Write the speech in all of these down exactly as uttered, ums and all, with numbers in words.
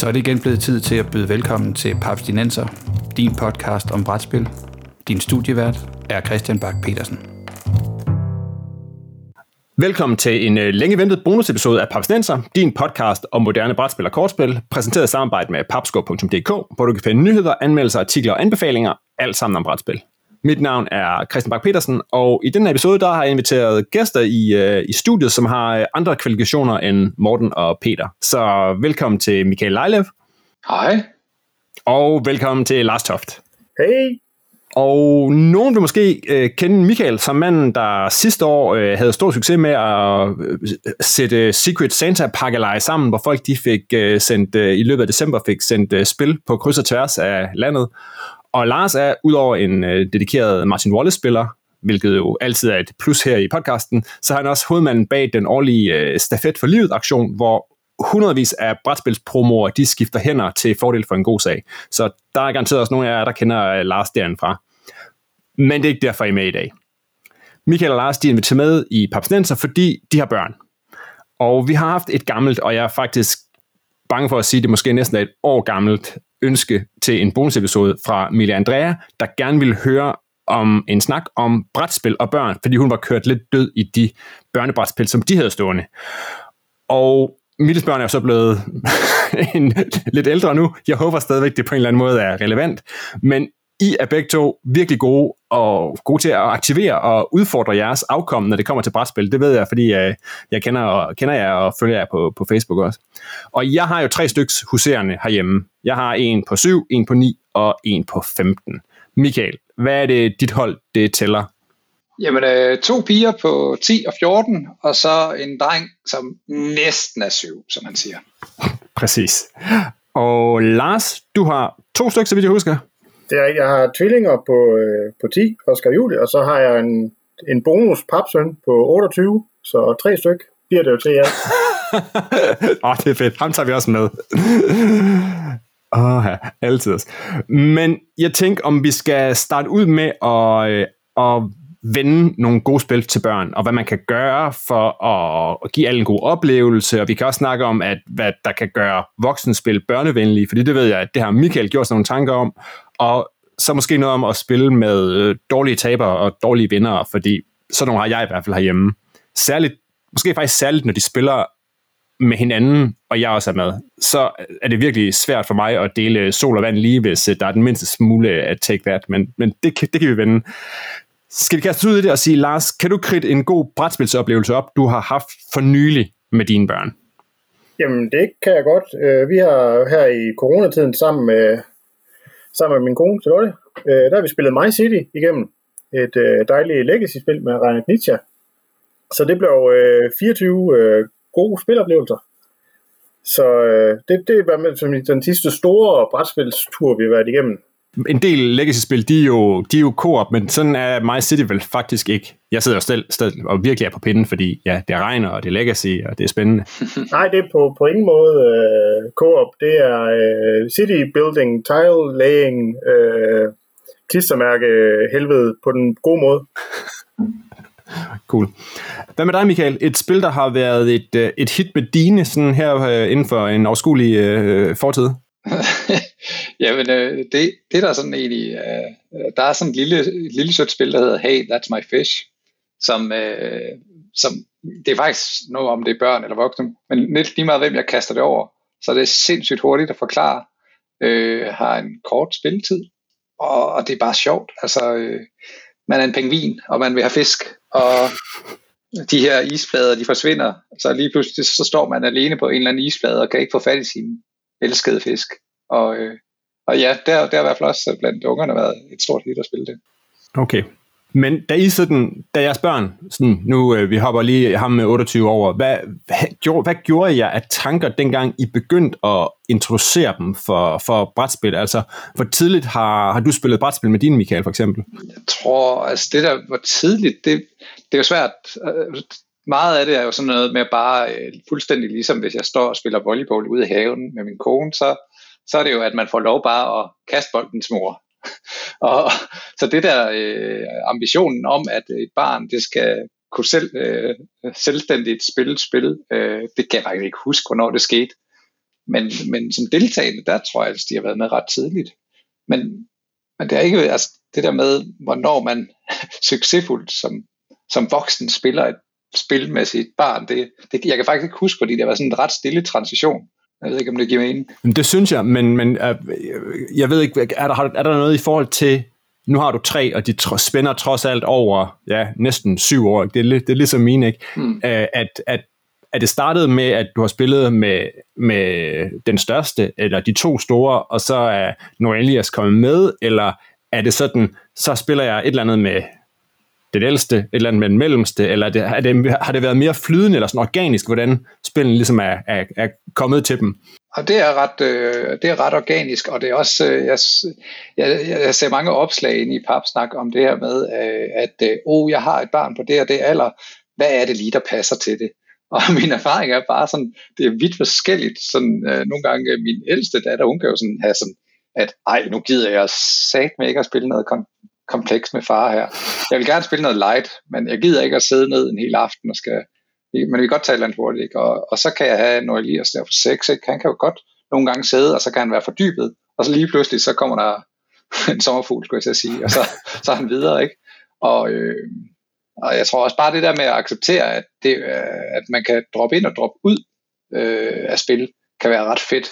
Så er det igen blevet tid til at byde velkommen til Papstinenser, din podcast om brætspil. Din studievært er Christian Bak Petersen. Velkommen til en længe ventet bonusepisode af Papstinenser, din podcast om moderne brætspil og kortspil, præsenteret i samarbejde med papsco punktum d k, hvor du kan finde nyheder, anmeldelser, artikler og anbefalinger, alt sammen om brætspil. Mit navn er Christian Bak Petersen, og i denne episode der har jeg inviteret gæster i, uh, i studiet, som har andre kvalifikationer end Morten og Peter. Så velkommen til Michael Lejlev. Hej. Og velkommen til Lars Toft. Hej. Og nogen vil måske øh, kende Michael som manden, der sidste år øh, havde stor succes med at øh, sætte Secret Santa-pakkeleje sammen, hvor folk de fik øh, sendt, øh, i løbet af december fik sendt øh, spil på kryds og tværs af landet. Og Lars er udover en øh, dedikeret Martin Wallace-spiller, hvilket jo altid er et plus her i podcasten, så er han også hovedmanden bag den årlige øh, Stafet for Livet-aktion, hvor hundredvis af brætspilspromoer, de skifter hænder til fordel for en god sag. Så der er garanteret også nogle af jer, der kender Lars derindfra. Men det er ikke derfor, I er med i dag. Michael og Lars, de er inviteret med i Papstinenser, fordi de har børn. Og vi har haft et gammelt, og jeg er faktisk bange for at sige, det måske næsten er et år gammelt ønske til en bonusepisode fra Mille Andrea, der gerne ville høre om en snak om brætspil og børn, fordi hun var kørt lidt død i de børnebrætspil, som de havde stående. Og Milles børn er jo så blevet en, lidt ældre nu. Jeg håber stadigvæk, det på en eller anden måde er relevant. Men I er begge to virkelig gode og gode til at aktivere og udfordre jeres afkom, når det kommer til brætspil. Det ved jeg, fordi jeg, jeg kender, og, kender jer og følger jer på, på Facebook også. Og jeg har jo tre styks huserende herhjemme. Jeg har en på syv, en på ni og en på femten. Michael, hvad er det, dit hold det tæller? Jamen, øh, to piger på ti og fjorten, og så en dreng, som næsten er syv, som man siger. Præcis. Og Lars, du har to stykker, så vidt jeg husker. Det er, jeg har tvillinger på, øh, på ti, Oscar og Julie, og så har jeg en, en bonus papsøn på otteogtyve, så tre stykker bliver det jo til jer. Åh, oh, det er fedt. Ham tager vi også med. Åh, ja, altid. Men jeg tænker, om vi skal starte ud med at, øh, at vende nogle gode spil til børn, og hvad man kan gøre for at give alle en god oplevelse, og vi kan også snakke om, at hvad der kan gøre voksenspil børnevenlige, fordi det ved jeg, at det har Michael gjort sådan nogle tanker om, og så måske noget om at spille med dårlige tabere og dårlige vindere, fordi sådan nogle har jeg i hvert fald herhjemme. Særligt, måske faktisk særligt, når de spiller med hinanden, og jeg også er med, så er det virkelig svært for mig at dele sol og vand lige, hvis der er den mindste smule at take that, men, men det, det kan vi vende. Skal vi kaste ud i det og sige, Lars, kan du kridte en god brætspilsoplevelse op, du har haft for nylig med dine børn? Jamen, det kan jeg godt. Vi har her i coronatiden sammen med, sammen med min kone, Charlotte, der har vi spillet My City igennem. Et dejligt legacy-spil med Reiner Knizia. Så det blev fireogtyve gode spiloplevelser. Så det, det var med den sidste store brætspilstur, vi har været igennem. En del legacy-spil, de er jo, de er jo co-op, men sådan er My City vel faktisk ikke. Jeg sidder jo stadig, stadig og virkelig er på pinden, fordi ja, det regner, og det er legacy, og det er spændende. Nej, det er på, på ingen måde uh, co-op. Det er uh, city building, tile laying, uh, klistermærke helvede på den gode måde. Cool. Hvad med dig, Michael? Et spil, der har været et, et hit med dine sådan her uh, inden for en overskuelig uh, fortid? Jamen, øh, det, det der er sådan egentlig, øh, der er sådan et lille, et lille sødt spil, der hedder Hey, That's My Fish, som, øh, som det er faktisk noget om det er børn eller voksne, men lidt lige meget hvem jeg kaster det over, så det er sindssygt hurtigt at forklare, øh, har en kort spilletid, og, og det er bare sjovt, altså øh, man er en pingvin, og man vil have fisk, og de her isflader, de forsvinder, så lige pludselig så står man alene på en eller anden isflade, og kan ikke få fat i sin elskede fisk. Og, øh, og ja, der har i hvert fald også blandt ungerne været et stort hit at spille det. Okay. Men da I sådan, da jeres børn, sådan, nu øh, vi hopper lige ham med otteogtyve over, hvad, hvad, gjorde, hvad gjorde jeg af tanker, dengang I begyndte at introducere dem for, for brætspil? Altså, hvor tidligt har, har du spillet brætspil med din, Michael, for eksempel? Jeg tror, altså det der var tidligt, det, det er jo svært. Meget af det er jo sådan noget med bare øh, fuldstændig ligesom, hvis jeg står og spiller volleyball ude i haven med min kone, så så er det jo, at man får lov bare at kaste bolden til mor. Og så det der øh, ambitionen om, at et barn det skal kunne selv øh, selvstændigt spille spil, øh, det kan jeg faktisk ikke huske, hvornår det skete. Men, men som deltagende, der tror jeg, at de har været med ret tidligt. Men, men det er ikke altså, det der med, hvornår man succesfuldt som, som voksen spiller et spil med sit barn. Det, det, jeg kan faktisk ikke huske, fordi det var sådan en ret stille transition. Jeg ved ikke, om det giver mening. Det synes jeg, men, men uh, jeg ved ikke, er der, er der noget i forhold til, nu har du tre, og de tr- spænder trods alt over ja, næsten syv år. Det er, det er ligesom mine, ikke? Mm. Uh, at, at, at det startede med, at du har spillet med, med den største, eller de to store, og så er Noelias kommet med, eller er det sådan, så spiller jeg et eller andet med den ældste, et eller andet med den mellemste, eller er det, er det, har det været mere flydende eller sådan organisk, hvordan spillene ligesom er, er, er kommet til dem? Og det er ret, øh, det er ret organisk, og det er også, øh, jeg, jeg, jeg ser mange opslag inde i Papsnak om det her med, øh, at øh, oh, jeg har et barn på det og det alder, hvad er det lige, der passer til det? Og min erfaring er bare sådan, det er vidt forskelligt. Sådan, øh, nogle gange min ældste datter, hun kan jo sådan have sådan, at ej, nu gider jeg satme ikke at spille noget kom- kompleks med far her. Jeg vil gerne spille noget light, men jeg gider ikke at sidde ned en hel aften og skal, men vi kan godt tale lidt hurtigt, ikke? Og, og så kan jeg have Noelias der for seks, ikke? Han kan jo godt nogle gange sidde, og så kan han være fordybet, og så lige pludselig, så kommer der en sommerfugl, skulle jeg til at sige, og så, så er han videre, ikke? Og, øh, og jeg tror også bare det der med at acceptere, at, det, øh, at man kan droppe ind og droppe ud øh, af spil, kan være ret fedt.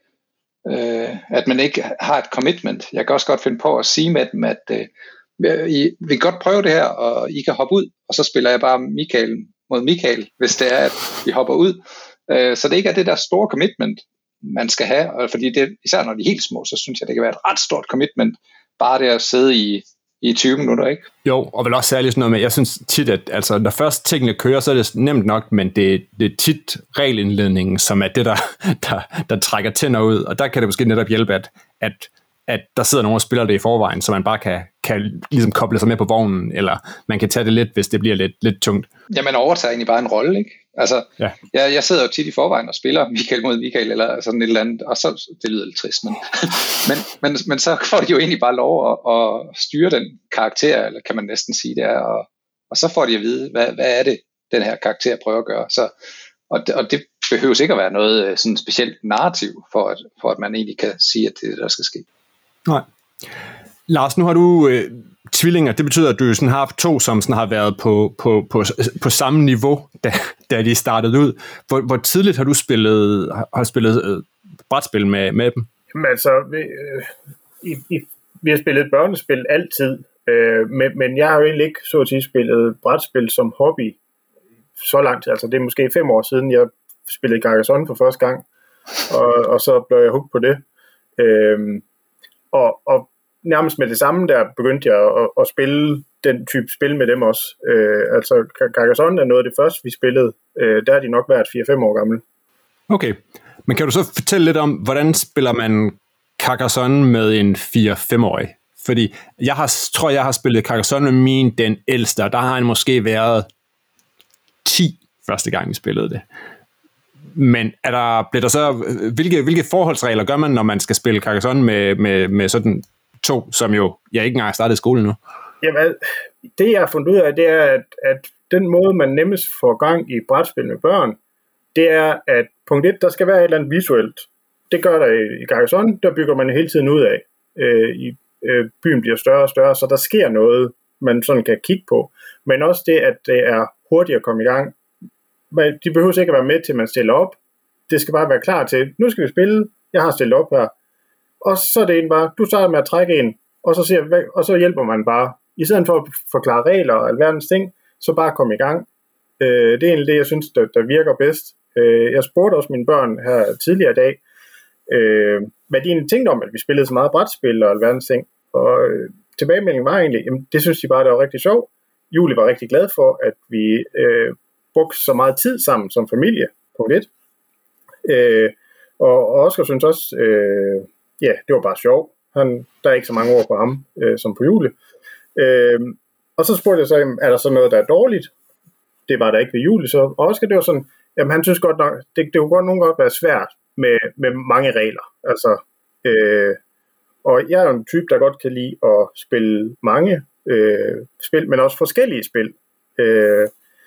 Øh, at man ikke har et commitment. Jeg kan også godt finde på at sige med dem, at øh, I, vi kan godt prøve det her, og I kan hoppe ud, og så spiller jeg bare Michael mod Michael, hvis det er, at vi hopper ud. Øh, så det ikke er det der store commitment, man skal have, og fordi det, især når de er helt små, så synes jeg, det kan være et ret stort commitment, bare det at sidde i, i tyve minutter, ikke? Jo, og vel også særligt sådan noget med, jeg synes tit, at altså, når først tingene kører, så er det nemt nok, men det, det er tit regelindledningen, som er det, der, der, der trækker tænder ud, og der kan det måske netop hjælpe, at, at, at der sidder nogen og spiller det i forvejen, så man bare kan, kan ligesom koble sig med på vognen, eller man kan tage det lidt, hvis det bliver lidt, lidt tungt. Ja, man overtager egentlig bare en rolle, ikke? Altså, ja. jeg, jeg sidder jo tit i forvejen og spiller Michael mod Michael, eller sådan et eller andet, og så, det lyder lidt trist, men, men, men, men så får de jo egentlig bare lov at, at styre den karakter, eller kan man næsten sige det er, og, og så får de at vide, hvad, hvad er det, den her karakter prøver at gøre. Så, og, det, og det behøves ikke at være noget sådan specielt narrativ, for at, for at man egentlig kan sige, at det er det, der skal ske. Nej. Lars, nu har du øh, tvillinger. Det betyder, at du sådan har haft to, som sådan har været på, på, på, på samme niveau, da, da de startede ud. Hvor, hvor tidligt har du spillet, har spillet øh, brætspil med, med dem? Jamen altså, vi, øh, i, i, vi har spillet børnespil altid, øh, men, men jeg har jo egentlig ikke så at sige spillet brætspil som hobby så langt. Altså det er måske fem år siden, jeg spillede Carcassonne for første gang, og, og så blev jeg hooked på det. Øh, og, og nærmest med det samme, der begyndte jeg at, at spille den type spil med dem også. Øh, altså Carcassonne er noget af det første, vi spillede. Øh, der er de nok været fire fem år gamle. Okay, men kan du så fortælle lidt om, hvordan spiller man Carcassonne med en fire fem årig? Fordi jeg har, tror, jeg har spillet Carcassonne med min, den ældste, og der har han måske været ti første gang, vi spillede det. Men er der, bliver der så, hvilke, hvilke forholdsregler gør man, når man skal spille Carcassonne med, med, med sådan to, som jo jeg ikke engang har startet i skole nu? Jamen, det jeg har fundet ud af, det er, at, at den måde, man nemmest får gang i brætspil med børn, det er, at punkt et, der skal være et eller andet visuelt. Det gør der i, i Carcassonne, der bygger man hele tiden ud af. Øh, i, øh, byen bliver større og større, så der sker noget, man sådan kan kigge på. Men også det, at det er hurtigt at komme i gang. Men de behøver ikke at være med til, at man stiller op. Det skal bare være klar til, nu skal vi spille, jeg har stillet op her. Og så er det en bare, du starter med at trække en, og så, siger, og så hjælper man bare. I stedet for at forklare regler og alverdens ting, så bare kom i gang. Øh, det er egentlig det, jeg synes, der, der virker bedst. Øh, jeg spurgte også mine børn her tidligere i dag, øh, hvad de egentlig tænkte om, at vi spillede så meget brætspil og alverdens ting. Og øh, tilbagemeldingen var egentlig, jamen, det synes de bare, det var rigtig sjovt. Julie var rigtig glad for, at vi øh, brugte så meget tid sammen som familie, punkt et. Øh, og, og Oscar synes også, øh, ja, det var bare sjovt. Han, der er ikke så mange ord på ham, øh, som på Julie. Øh, og så spurgte jeg så, er der så noget, der er dårligt? Det var der ikke ved Julie, så og Oscar, det var sådan, jamen han synes godt nok, det, det kunne godt nogle gange være svært med, med mange regler. Altså, øh, og jeg er jo en type, der godt kan lide at spille mange øh, spil, men også forskellige spil. Øh,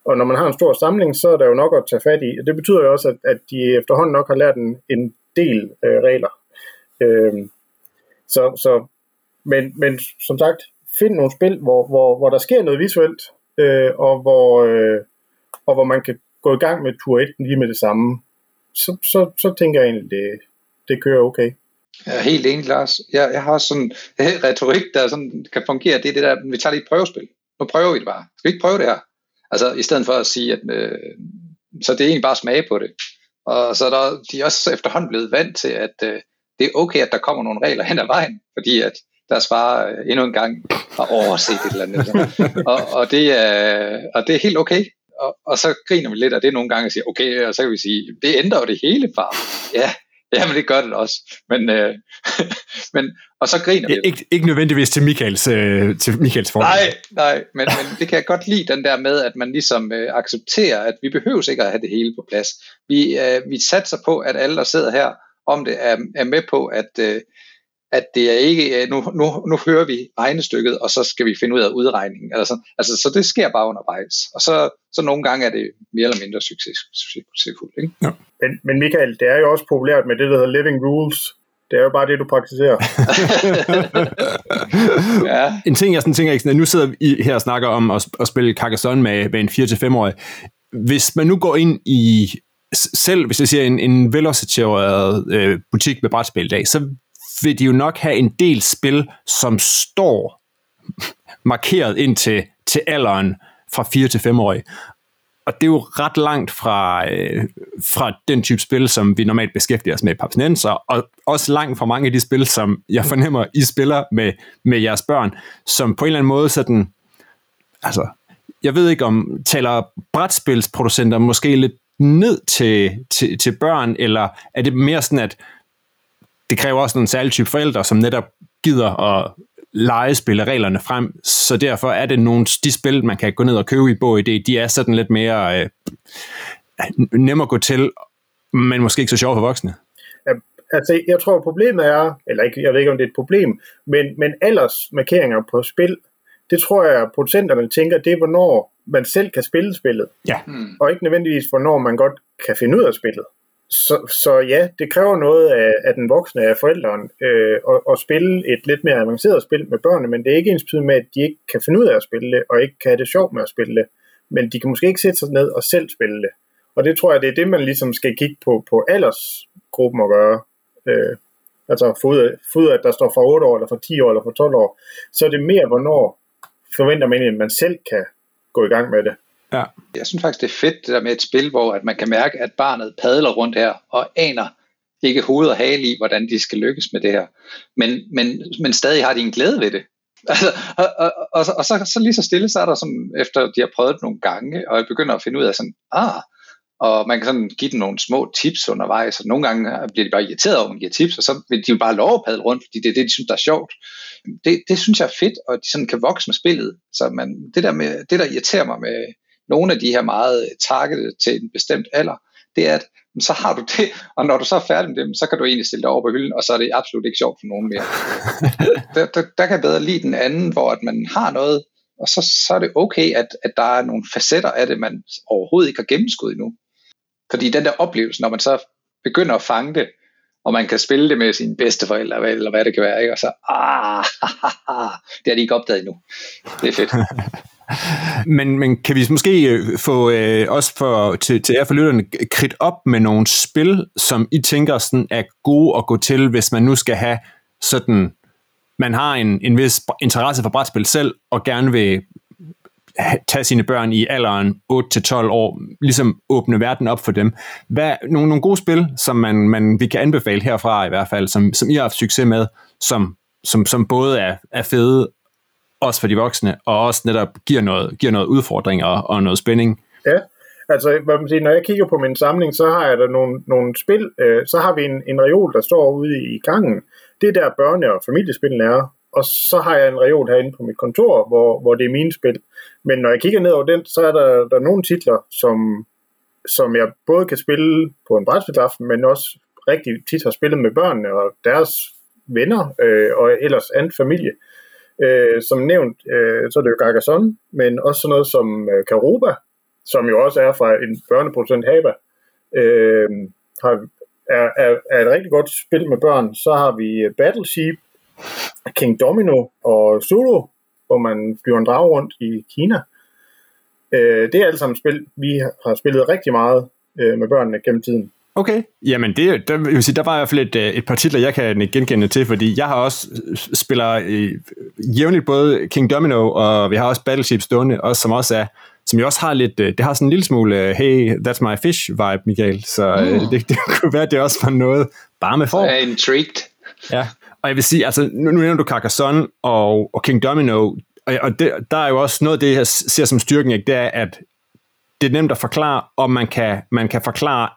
Og når man har en stor samling, så er der jo nok at tage fat i. Og det betyder jo også, at, at de efterhånden nok har lært en, en del øh, regler. Øh, så, så, men, men som sagt, find nogle spil, hvor, hvor, hvor der sker noget visuelt, øh, og, hvor, øh, og hvor man kan gå i gang med tur et lige med det samme. Så, så, så tænker jeg egentlig, det, det kører okay. Jeg er helt enig, Lars. Jeg, jeg har også sådan en retorik, der sådan kan fungere. Det er det der, vi tager lige et prøvespil. Nu prøver vi det bare. Skal vi ikke prøve det her? Altså, i stedet for at sige, at øh, så det er egentlig bare at smage på det. Og så er der, de er også efterhånden blevet vant til, at øh, det er okay, at der kommer nogle regler hen ad vejen, fordi at deres far øh, endnu en gang har overset et eller andet. og, og, det er, og det er helt okay. Og, og så griner vi lidt af det nogle gange og siger, okay, og så kan vi sige, det ændrer jo det hele, far. Ja, jamen det gør det også. Men, øh, men, og så griner vi. Ik- ikke, ikke nødvendigvis til Michaels, øh, til Michaels forhold. Nej, nej, men, men det kan jeg godt lide, den der med, at man ligesom øh, accepterer, at vi behøver ikke at have det hele på plads. Vi, øh, vi satser på, at alle, der sidder her om det, er, er med på, at, øh, at det er ikke, nu, nu, nu hører vi regnestykket, og så skal vi finde ud af udregningen. Altså, altså, så det sker bare undervejs. Og så, så nogle gange er det mere eller mindre succes, succesfuldt. Ikke? Ja. Men, men Michael, det er jo også populært med det, der hedder living rules. Det er jo bare det, du praktiserer. ja. En ting, jeg sådan tænker, ikke, nu sidder I her og snakker om at, at spille Carcassonne med, med en fire til fem-årig. Hvis man nu går ind i, selv hvis jeg siger en, en velorganiseret øh, butik med brætspil i dag, så vil de jo nok have en del spil, som står markeret ind til, til alderen fra fire til fem-årige. Og det er jo ret langt fra, øh, fra den type spil, som vi normalt beskæftiger os med i Papsnenser, og også langt fra mange af de spil, som jeg fornemmer, I spiller med, med jeres børn, som på en eller anden måde sådan, altså, jeg ved ikke om, taler brætspilsproducenter måske lidt ned til, til, til børn, eller er det mere sådan, at det kræver også en særlig type forældre, som netop gider at legespille reglerne frem, så derfor er det nogle de spil, man kan gå ned og købe i bog i det, de er sådan lidt mere øh, nemmere at gå til, men måske ikke så sjovt for voksne. Ja, altså, jeg tror, problemet er, eller ikke, jeg ved ikke, om det er et problem, men, men aldersmarkeringer på spil, det tror jeg, at producenterne tænker, det er, hvornår man selv kan spille spillet, ja. og ikke nødvendigvis, hvornår man godt kan finde ud af spillet. Så, så ja, det kræver noget af, af den voksne, af forældrene, øh, at, at spille et lidt mere avanceret spil med børnene, men det er ikke ensbetydende med, at de ikke kan finde ud af at spille det, og ikke kan have det sjovt med at spille det, men de kan måske ikke sætte sig ned og selv spille det. Og det tror jeg, det er det, man ligesom skal kigge på, på aldersgruppen at gøre. Øh, altså få ud, af, få ud af, at der står fra otte år, eller fra ti år, eller fra tolv år, så er det mere, hvornår forventer man, at man selv kan gå i gang med det. Ja. Jeg synes faktisk, det er fedt det der med et spil, hvor at man kan mærke, at barnet padler rundt her, og aner ikke hoved og hale i, hvordan de skal lykkes med det her. Men, men, men stadig har de en glæde ved det. Altså, og, og, og, og så, så lige så stille, så er der sådan, efter de har prøvet det nogle gange, og begynder at finde ud af sådan, ah, og man kan sådan give dem nogle små tips undervejs, og nogle gange bliver de bare irriteret over, at man giver tips, og så vil de jo bare lov at padle rundt, fordi det er det, de synes, der er sjovt. Det, det synes jeg er fedt, og de sådan kan vokse med spillet. Så man, det, der med, det, der irriterer mig med nogle af de her meget targeted til en bestemt alder, det er, at så har du det, og når du så er færdig med dem, så kan du egentlig stille dig over på hylden, og så er det absolut ikke sjovt for nogen mere. der, der, der kan jeg bedre lide den anden, hvor at man har noget, og så, så er det okay, at, at der er nogle facetter af det, man overhovedet ikke har gennemskudt endnu. Fordi den der oplevelse, når man så begynder at fange det, og man kan spille det med sine bedsteforældre, eller hvad det kan være, ikke? Og så, ah, det har de ikke opdaget endnu. Det er fedt. Men, men kan vi måske få øh, også for, til, til jer for lytterne kridt op med nogle spil, som I tænker sådan er gode at gå til, hvis man nu skal have sådan, man har en, en vis interesse for brætspil selv, og gerne vil tage sine børn i alderen otte til tolv år, ligesom åbne verden op for dem. Hvad, nogle, nogle gode spil, som man, man, vi kan anbefale herfra i hvert fald, som, som I har haft succes med, som, som, som både er, er fede, også for de voksne, og også netop giver noget, giver noget udfordring og, og noget spænding. Ja, altså hvad man siger, når jeg kigger på min samling, så har jeg der nogle, nogle spil, øh, så har vi en, en reol, der står ude i gangen. Det er der børne- og familiespillene er, og så har jeg en reol herinde på mit kontor, hvor, hvor det er mine spil. Men når jeg kigger ned over den, så er der, der nogle titler, som, som jeg både kan spille på en brætspilsaften, men også rigtig tit har spillet med børnene og deres venner, øh, og ellers anden familie. Øh, som nævnt, øh, så er det jo Carcassonne, men også sådan noget som øh, Karuba, som jo også er fra en børneproducent Haba, øh, har, er, er, er et rigtig godt spil med børn. Så har vi Battleship, King Domino og Solo, hvor man flyver en drage rundt i Kina. Øh, det er alle sammen spil, vi har spillet rigtig meget øh, med børnene gennem tiden. Okay, jamen det, der, jeg vil sige, der var i hvert fald et, et par titler, jeg kan genkende til, fordi jeg har også spiller øh, jævnligt både King Domino, og vi har også Battleship stående, også, som også er, som jo også har lidt, det har sådan en lille smule, hey, that's my fish vibe, Michael, så øh, mm. det, det kunne være, at det også var noget bare med for. Jeg er intrigued. Ja, og jeg vil sige, altså nu, nu nævner du Carcassonne og, og King Domino, og, og det, der er jo også noget af det, jeg ser som styrken, ikke, det er, at det er nemt at forklare, og man kan, man kan forklare,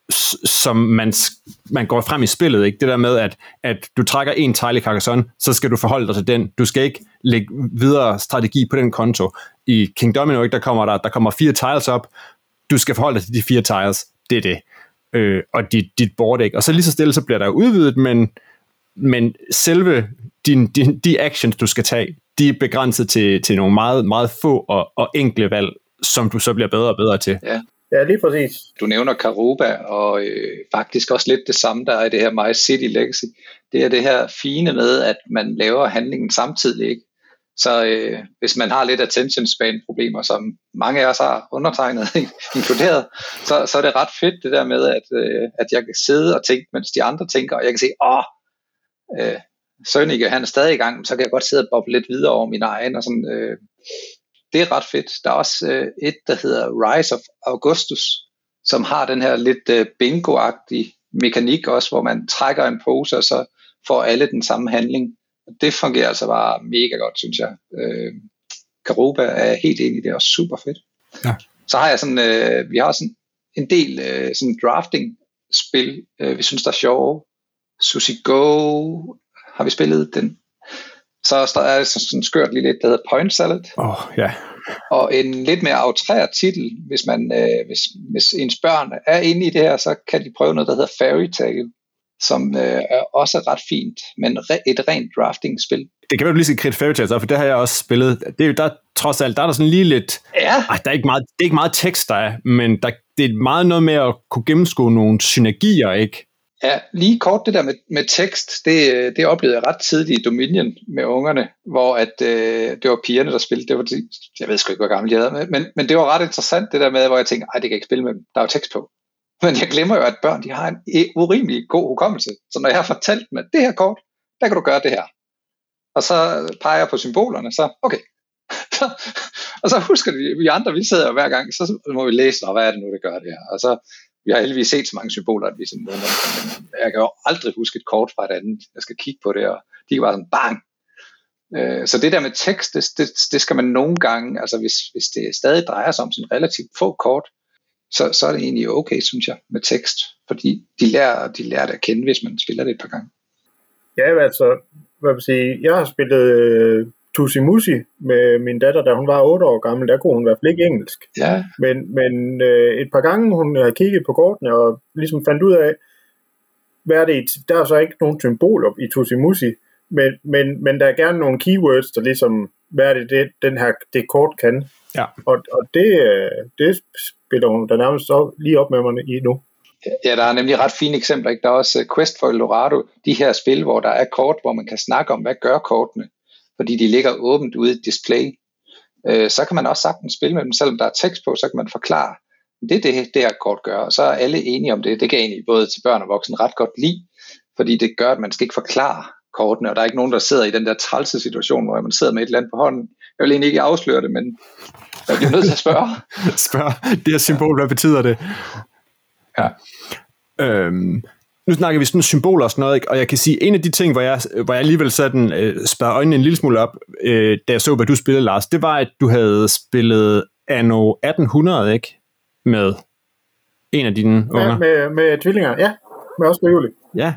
som man, man går frem i spillet, ikke? Det der med, at, at du trækker en tile i Carcassonne, så skal du forholde dig til den. Du skal ikke lægge videre strategi på den konto. I King Domino, ikke, der kommer der, der kommer fire tiles op. Du skal forholde dig til de fire tiles. Det er det. Øh, og dit, dit board, ikke? Og så lige så stille, så bliver der udvidet, men, men selve din, din, de actions, du skal tage, de er begrænset til, til nogle meget, meget få og, og enkle valg, som du så bliver bedre og bedre til. Ja. Ja, lige præcis. Du nævner Karuba, og øh, faktisk også lidt det samme, der er i det her My City Legacy. Det er det her fine med, at man laver handlingen samtidig, ikke? Så øh, hvis man har lidt attention span problemer, som mange af os har undertegnet, inkluderet, så, så er det ret fedt det der med, at, øh, at jeg kan sidde og tænke, mens de andre tænker, og jeg kan se, åh, øh, Sønneke, han er stadig i gang, så kan jeg godt sidde og boble lidt videre over min egen, og sådan... Øh, Det er ret fedt. Der er også øh, et, der hedder Rise of Augustus, som har den her lidt øh, bingo-agtige mekanik også, hvor man trækker en pose, og så får alle den samme handling. Det fungerer altså bare mega godt, synes jeg. Øh, Karuba er helt enig, det er også super fedt. Ja. Så har jeg sådan, øh, vi har sådan en del øh, sådan drafting-spil, øh, vi synes, der er sjove. Sushi Go har vi spillet den. Så er der sådan en skørt lige lidt, der hedder Point Salad. Åh, oh, ja. Yeah. Og en lidt mere aftræret titel, hvis, man, øh, hvis, hvis ens børn er inde i det her, så kan de prøve noget, der hedder Fairy Tale, som øh, er også ret fint, men re- et rent drafting-spil. Det kan være, du lige skal kridte Fairy Tale, for det har jeg også spillet. Det er jo der, trods alt, der er der sådan lige lidt... Ja. Ej, der er ikke meget, det er ikke meget tekst, der er, men der, det er meget noget med at kunne gennemskue nogle synergier, ikke? Ja, lige kort det der med, med tekst, det, det oplevede jeg ret tidligt i Dominion med ungerne, hvor at, øh, det var pigerne, der spillede. Det var, jeg ved sgu ikke, hvor gammel jeg havde, men, men det var ret interessant det der med, hvor jeg tænkte, ej, det kan jeg ikke spille med dem, der er jo tekst på. Men jeg glemmer jo, at børn, de har en urimelig god hukommelse. Så når jeg har fortalt dem, at det her kort, der kan du gøre det her. Og så peger jeg på symbolerne, så okay. Og så husker vi, vi andre, vi sidder jo hver gang, så må vi læse, hvad er det nu, det gør det her. Og så vi har heldigvis set så mange symboler, at vi sådan, jeg kan jo aldrig huske et kort fra et andet. Jeg skal kigge på det, og de var sådan bang. Så det der med tekst, det, det, det skal man nogle gange, altså hvis, hvis det stadig drejer sig om sådan relativt få kort, så, så er det egentlig okay, synes jeg, med tekst. Fordi de lærer, de lærer det at kende, hvis man spiller det et par gange. Ja, altså, hvad vil jeg sige, jeg har spillet uh, Tusi Musi med min datter, da hun var otte år gammel. Der kunne hun i hvert fald ikke engelsk. Ja. Men, men uh, et par gange, hun har kigget på kortene og ligesom fandt ud af, hvad er det, der er så ikke nogen symboler i Tusi Musi, men, men, men der er gerne nogle keywords, der ligesom, hvad er det, det den her, det kort kan. Ja. Og, og det, det spiller hun der nærmest så lige op med mig i nu. Ja, der er nemlig ret fine eksempler. Ikke? Der er også Quest for Eldorado, de her spil, hvor der er kort, hvor man kan snakke om, hvad gør kortene, fordi de ligger åbent ude i et display. Øh, så kan man også sagtens spille med dem, selvom der er tekst på, så kan man forklare, det er det, det her kort gør, og så er alle enige om det. Det kan egentlig både til børn og voksne ret godt lide, fordi det gør, at man skal ikke forklare kortene, og der er ikke nogen, der sidder i den der trælse situation, hvor man sidder med et eller andet på hånden. Jeg vil egentlig ikke afsløre det, men jeg bliver nødt til at spørge. Spørg, det her symbol, hvad betyder det? Ja. Øhm, nu snakker vi sådan symboler og sådan noget, ikke? Og jeg kan sige, en af de ting, hvor jeg, hvor jeg alligevel sådan øh, spærrede øjnene en lille smule op, øh, da jeg så, hvad du spillede, Lars, det var, at du havde spillet anno atten hundrede, ikke? Med en af dine unger. Ja, med, med tvillinger, ja. Med også med Julie. Ja,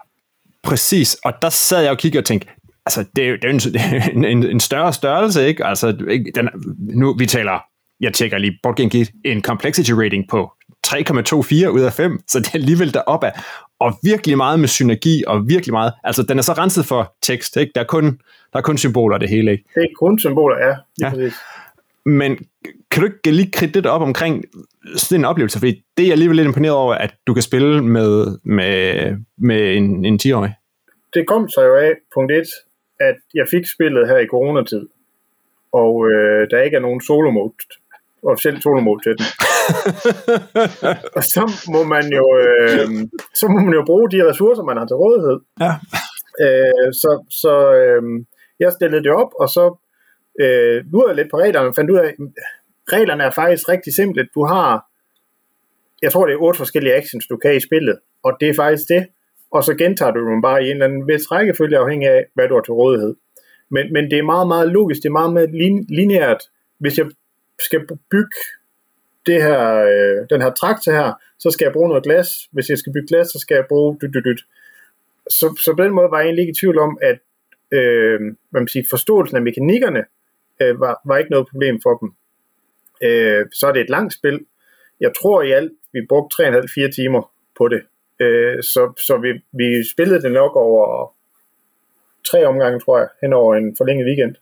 præcis. Og der sad jeg og kiggede og tænkte, altså, det er jo, det er en, en, en større størrelse, ikke? Altså, den, nu, vi taler, jeg tjekker lige, Board Game Geek, en complexity rating på tre komma to fire ud af fem, så det er alligevel deroppe af. Og virkelig meget med synergi, og virkelig meget, altså, den er så renset for tekst, ikke? Der er kun, der er kun symboler, det hele, ikke? Det er kun symboler, ja. Ja. Men kan du ikke lige kridte lidt op omkring sådan en oplevelse? Fordi det er jeg alligevel lidt imponeret over, at du kan spille med, med, med en, en ti-årig. Det kom så jo af, punkt et, at jeg fik spillet her i coronatid, og øh, der ikke er nogen solo-mode, officielt solo-mode til den. Og så må man jo øh, så må man jo bruge de ressourcer, man har til rådighed. Ja. Øh, så så øh, jeg stillede det op, og så øh, lurede jeg lidt på reglerne, og fandt ud af, at reglerne er faktisk rigtig simple. Du har, jeg tror det er otte forskellige actions, du kan i spillet, og det er faktisk det. Og så gentager du dem bare i en eller anden vis rækkefølge, afhængig af, hvad du har til rådighed. Men, men det er meget, meget logisk, det er meget, meget lineært. Hvis jeg skal bygge det her, øh, den her traktor her, så skal jeg bruge noget glas. Hvis jeg skal bygge glas, så skal jeg bruge dyt, dyt, dyt. Så, så på den måde var jeg egentlig ikke i tvivl om, at øh, hvad man siger, forståelsen af mekanikkerne øh, var, var ikke noget problem for dem. Øh, så er det et langt spil. Jeg tror i alt, vi brugte tre komma fem til fire timer på det. Øh, så så vi, vi spillede det nok over tre omgange, tror jeg, hen over en forlænget weekend.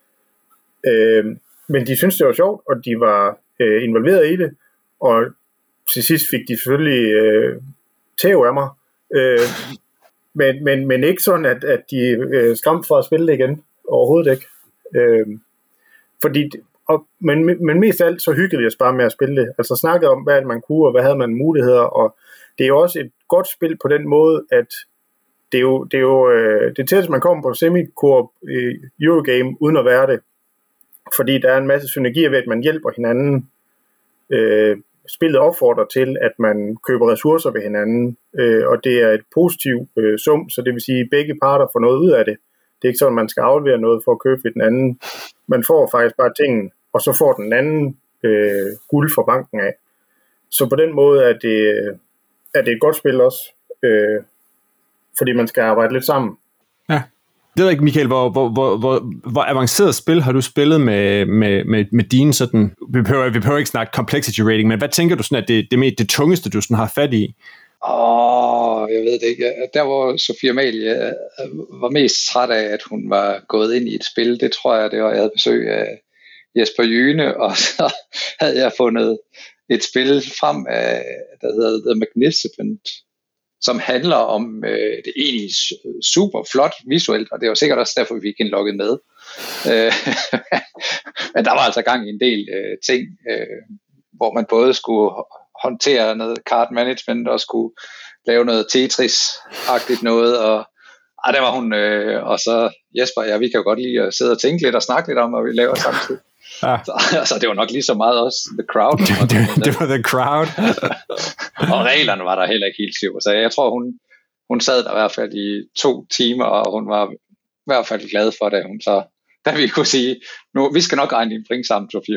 Øh, men de syntes, det var sjovt, og de var øh, involveret i det, og til sidst fik de selvfølgelig øh, tæv af mig. Øh, men, men, men ikke sådan, at, at de øh, skræmte for at spille det igen. Overhovedet ikke. Øh, fordi, og, men, men mest af alt, så hyggede vi os bare med at spille det. Altså snakkede om, hvad man kunne, og hvad havde man muligheder, og det er jo også et godt spil på den måde, at det er jo, det er jo øh, det tætteste, man kommer på semi-koop øh, Eurogame, uden at være det. Fordi der er en masse synergier ved, at man hjælper hinanden. Øh, spillet opfordrer til, at man køber ressourcer ved hinanden, øh, og det er et positivt øh, sum, så det vil sige, at begge parter får noget ud af det. Det er ikke sådan, at man skal aflevere noget for at købe ved den anden. Man får faktisk bare tingene, og så får den anden øh, guld fra banken af. Så på den måde er det, er det et godt spil også, øh, fordi man skal arbejde lidt sammen. Ja. Det ved ikke, Michael, hvor, hvor, hvor, hvor, hvor avanceret spil har du spillet med, med, med, med dine sådan, vi behøver, vi behøver ikke snakke complexity rating, men hvad tænker du sådan, at det, det, det, det tungeste, du sådan har fat i? Åh, oh, jeg ved det ikke. Der hvor Sofie Amalie var mest træt af, at hun var gået ind i et spil, det tror jeg, det var, jeg havde besøg af Jesper Jyne, og så havde jeg fundet et spil frem af, der hedder The Magnificent, som handler om øh, det egentlig super flot visuelt, og det var sikkert også derfor, vi fik indlogget med. Øh, men der var altså gang i en del øh, ting, øh, hvor man både skulle håndtere noget card management, og skulle lave noget Tetris-agtigt noget, og ah, der var hun, øh, og så Jesper og jeg, vi kan jo godt lide at sidde og tænke lidt og snakke lidt om, hvad vi laver samtidig. Ja. Så, altså, det var nok lige så meget også The Crowd. det, det, det var The Crowd. Og reglerne var der heller ikke helt syv. Så jeg tror, hun, hun sad der i hvert fald i to timer, og hun var i hvert fald glad for det. Hun så, da vi kunne sige, nu, vi skal nok regne din pring sammen, Sofie.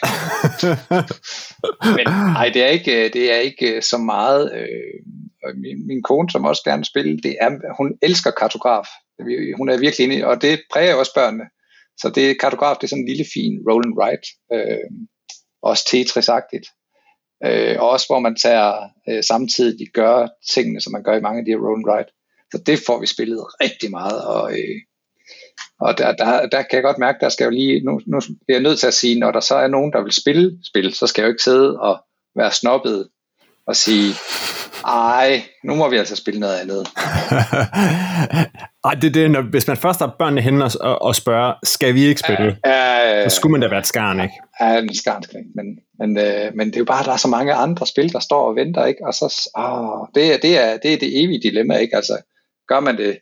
Men nej, det er ikke, det er ikke så meget. Øh, min, min kone, som også gerne spiller, det er, hun elsker kartograf. Hun er virkelig inde, og det præger også børnene. Så det kartograf, det er sådan en lille fin roll and write, øh, også Tetris-agtigt, øh, og også hvor man tager øh, samtidig gør tingene, som man gør i mange af de her roll and write. Så det får vi spillet rigtig meget, og, øh, og der, der, der kan jeg godt mærke, der skal jo lige, nu, nu bliver jeg nødt til at sige, når der så er nogen, der vil spille spil, så skal jeg jo ikke sidde og være snobbet og sige, ej, nu må vi altså spille noget andet. Ej, det er det, når, hvis man først har børnene henne og, og spørger, skal vi ikke spille? Ja, så skulle man da være et skarn, ikke? Ja, en skarn, men, men, øh, men det er jo bare, der er så mange andre spil, der står og venter, ikke? Og så, åh, det, er, det, er, det er det evige dilemma, ikke? Altså, gør man det?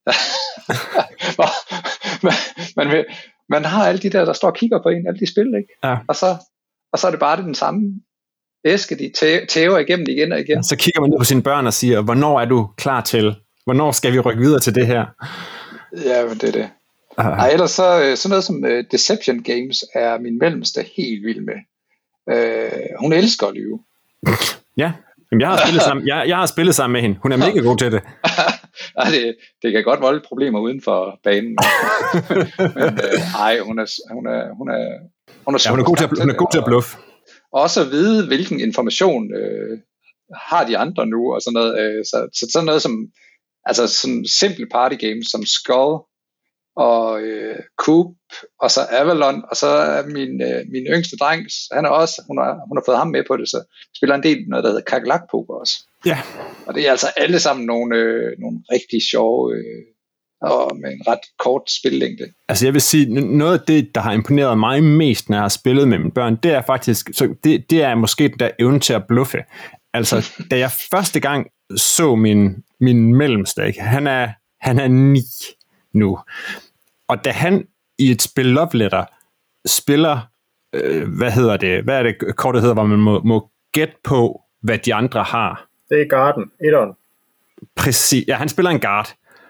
man, man, vil, man har alle de der, der står og kigger på en, alle de spil, ikke? Ja. Og, så, og så er det bare det den samme æske, de tæ- tæver igennem igen og igen. Så kigger man ned på sine børn og siger, hvornår er du klar til? Hvornår skal vi rykke videre til det her? Ja, men det er det. Uh. Ej, ellers så, sådan noget som uh, Deception Games er min mellemste helt vild med. Uh, hun elsker at lyve. Ja, jamen, jeg, har spillet sammen, jeg, jeg har spillet sammen med hende. Hun er mega god til det. Ej, det, det kan godt volde problemer uden for banen. Men uh, ej, hun er, hun er, hun er, hun er, ja, hun er god til at, hun er god til at bluffe. Også at vide, hvilken information øh, har de andre nu, og sådan noget. Øh, så, så sådan noget som, altså sådan simple party games som Skull, og øh, Coop, og så Avalon, og så er min, øh, min yngste dreng, han er også, hun har, hun har fået ham med på det, så spiller en del noget, der hedder kakelak-poker også. Ja. Og det er altså alle sammen nogle, øh, nogle rigtig sjove, øh, og med en ret kort spillængde. Altså jeg vil sige, noget af det, der har imponeret mig mest, når jeg har spillet med mine børn, det er faktisk, så det, det er måske den der evne til at bluffe. Altså, da jeg første gang så min, min mellemste, han er, han er ni nu, og da han i et spil Love Letter spiller, øh, hvad hedder det, hvad er det kortet hedder, hvor man må, må gætte på, hvad de andre har. Det er Garden, etteren. Præcis, ja, han spiller en guard,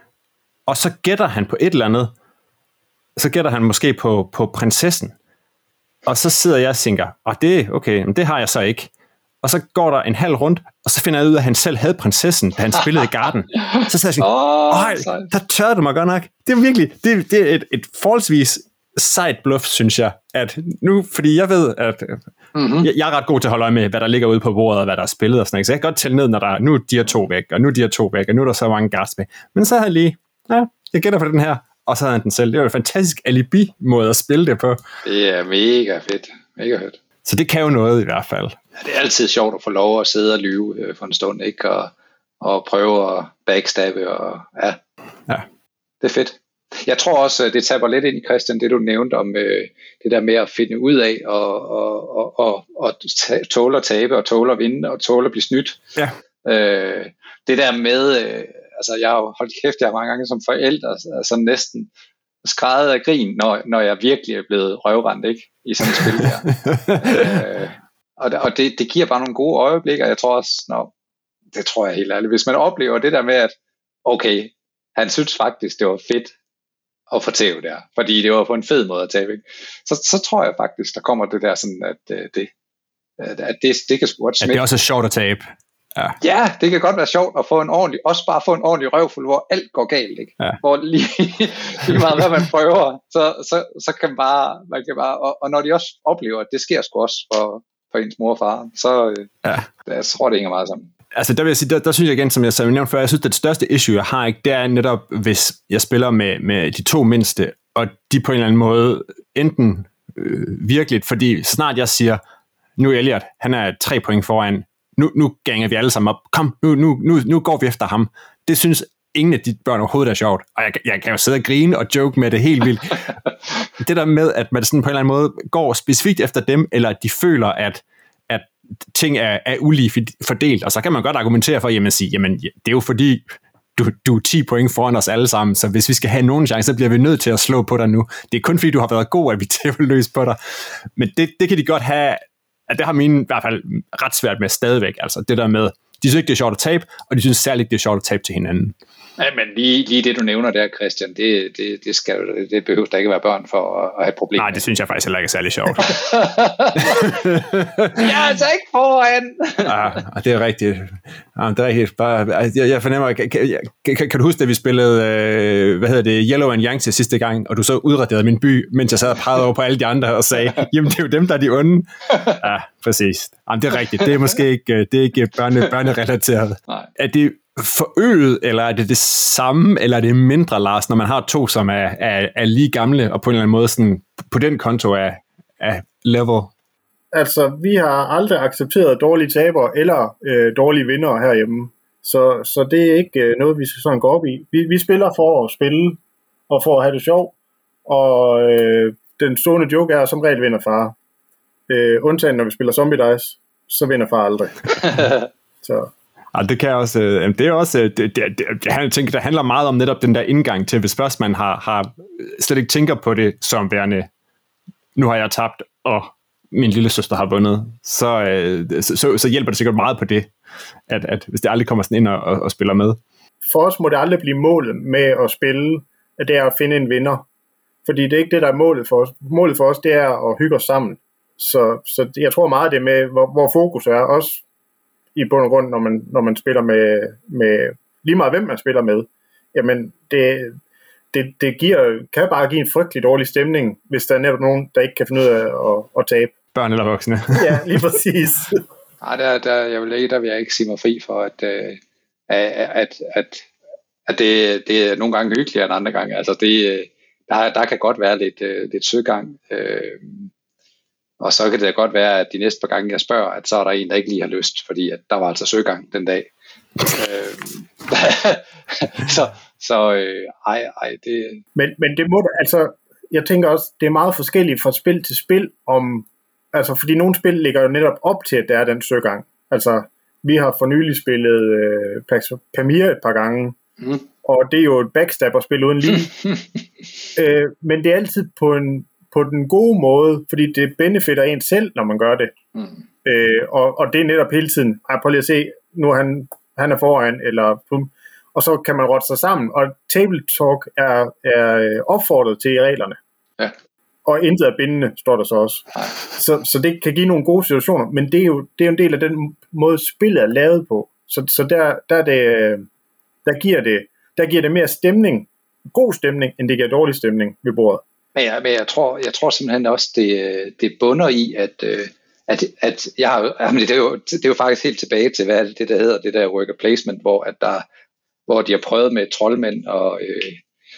og så gætter han på et eller andet, så gætter han måske på, på prinsessen, og så sidder jeg og tænker, og det okay, men det har jeg så ikke. Og så går der en halv rundt, og så finder jeg ud af, at han selv havde prinsessen, da han spillede i Garden. Så sagde jeg sådan, oh, der tørrede du mig godt nok. Det er virkelig, det, det er et, et forholdsvis sejt bluff, synes jeg. At nu, fordi jeg ved, at mm-hmm. jeg, jeg er ret god til at holde øje med, hvad der ligger ude på bordet, og hvad der er spillet og sådan noget. Så jeg kan godt tælle ned, når der er, nu er de her to væk, og nu er de her to væk, og nu er der så mange guards med. Men så har jeg lige, ja, jeg gætter på den her, og så havde han den selv. Det var en fantastisk alibi-måde at spille det på. Det er mega fedt. Mega fedt. Så det kan jo noget i hvert fald. Ja, det er altid sjovt at få lov at sidde og lyve øh, for en stund, ikke? Og, og prøve at backstabbe, og ja. ja. Det er fedt. Jeg tror også, det taber lidt ind i, Christian, det du nævnte om øh, det der med at finde ud af, og, og, og, og, og tåle at tabe, og tåle at vinde, og tåle at blive snydt. Ja. Øh, det der med, øh, altså jeg har jo holdt kæft, jeg har mange gange som forældre, altså næsten skrædet af grin, når, når jeg virkelig er blevet røvrendt, ikke? I sådan et spil her. øh, og og det, det giver bare nogle gode øjeblikker. Jeg tror også, nå, det tror jeg helt ærligt, hvis man oplever det der med, at okay, han synes faktisk, det var fedt at få tæve der, fordi det var på en fed måde at tabe, ikke? Så, så tror jeg faktisk, der kommer det der sådan, at uh, det, at det, det kan sgu godt smitte. At det er også sjovt at tabe. Ja. ja, det kan godt være sjovt at få en ordentlig, også bare få en ordentlig røvfuld, hvor alt går galt, ikke? Ja. Hvor lige, lige meget hvad man prøver, så, så, så kan man bare, man kan bare og, og når de også oplever, at det sker sgu også for, for ens mor og far, så ja. Jeg tror, det hænger meget sammen. Altså der vil jeg sige, der, der synes jeg igen, som jeg sagde nævnt før, jeg synes, at det største issue, jeg har, ikke, det er netop, hvis jeg spiller med, med de to mindste, og de på en eller anden måde enten øh, virkeligt, fordi snart jeg siger, nu er Elliot, han er tre point foran, nu, nu ganger vi alle sammen op, kom, nu, nu, nu, nu går vi efter ham. Det synes ingen af de børn overhovedet er sjovt, og jeg, jeg kan jo sidde og grine og joke med det helt vildt. Det der med, at man sådan på en eller anden måde går specifikt efter dem, eller at de føler, at at ting er, er ulige fordelt, og så kan man godt argumentere for, jamen sige, jamen det er jo fordi, du, du er ti point foran os alle sammen, så hvis vi skal have nogen chance, så bliver vi nødt til at slå på dig nu. Det er kun fordi, du har været god, at vi tæver løs på dig. Men det, det kan de godt have, at det har mine i hvert fald ret svært med stadigvæk, altså det der med, de synes ikke, det er sjovt at tabe, og de synes særligt, det er sjovt at tabe til hinanden. Ja, men lige, lige det, du nævner der, Christian, det, det, det, skal, det behøver der ikke være børn for at, at have problemer. Nej, det synes jeg faktisk heller ikke er særlig sjovt. Jeg er altså ikke foran. Ja, det er rigtigt. Ja, det er rigtigt. Bare, jeg, jeg fornemmer, kan, kan, kan, kan du huske, at vi spillede, øh, hvad hedder det, Yellow and Yangtze sidste gang, og du så udraderede min by, mens jeg sad og pegede over på alle de andre og sagde, jamen det er jo dem, der er de onde. Ja, præcis. Ja, det er rigtigt. Det er måske ikke, det er ikke børne, børnerelateret. Nej. Er det forøget, eller er det det samme, eller er det mindre, Lars, når man har to, som er, er, er lige gamle, og på en eller anden måde sådan, på den konto er, er level? Altså, vi har aldrig accepteret dårlige tabere eller øh, dårlige vindere herhjemme, så, så det er ikke øh, noget, vi skal sådan gå op i. Vi, vi spiller for at spille, og for at have det sjovt, og øh, den stående joke er, som regel vinder far. Øh, undtagen, når vi spiller Zombie Dice, så vinder far aldrig. Så... Ja, det kan også, det er også, det, det, det, jeg tænker, det handler meget om netop den der indgang til, hvis først man har, har slet ikke tænker på det som værende, nu har jeg tabt, og min lille søster har vundet, så, så, så, så hjælper det sikkert meget på det, at, at hvis det aldrig kommer sådan ind og, og, og spiller med. For os må det aldrig blive målet med at spille, at det er at finde en vinder, fordi det er ikke det, der er målet for os. Målet for os, det er at hygge os sammen. Så, så jeg tror meget det med, hvor, hvor fokus er, også i bund og grund, når man, når man spiller med, med lige meget hvem man spiller med, jamen det, det, det giver, kan bare give en frygtelig dårlig stemning, hvis der er netop nogen, der ikke kan finde ud af at, at tabe. Børn eller voksne. Ja, lige præcis. Nej, der, der, jeg vil ikke, der vil jeg ikke sige mig fri for, at, at, at, at, at det, det er nogle gange hyggeligere end andre gange. Altså det, der, der kan godt være lidt, øh, lidt søgang. Øh, og så kan det da godt være, at de næste par gange, jeg spørger, at så er der en, der ikke lige har lyst, fordi at der var altså søgang den dag. øh, så så øh, ej, ej, det... Men, men det må da, altså, jeg tænker også, det er meget forskelligt fra spil til spil, om, altså, fordi nogle spil ligger jo netop op til, at der er den søgang. Altså, vi har for nylig spillet øh, Pax Pamir et par gange, mm. og det er jo et backstabber-spil uden liv. øh, men det er altid på, en, på den gode måde, fordi det benefitter en selv, når man gør det. Mm. Øh, og, og det er netop hele tiden, ej, prøv lige at se, nu er han, han er foran, eller og så kan man rotte sig sammen, og table talk er, er opfordret til i reglerne. Ja. Og intet er bindende, står der så også. Så, så det kan give nogle gode situationer, men det er jo, det er jo en del af den måde, spillet er lavet på. Så, så der, der, det, der, giver det, der giver det mere stemning, god stemning, end det giver dårlig stemning ved bordet. Men jeg, men jeg, tror, jeg tror simpelthen også, det, det bunder i, at, at, at jeg har, jamen det, er jo, det er jo faktisk helt tilbage til, hvad er det, det der hedder, det der worker placement, hvor at der hvor de har prøvet med troldmænd og, øh,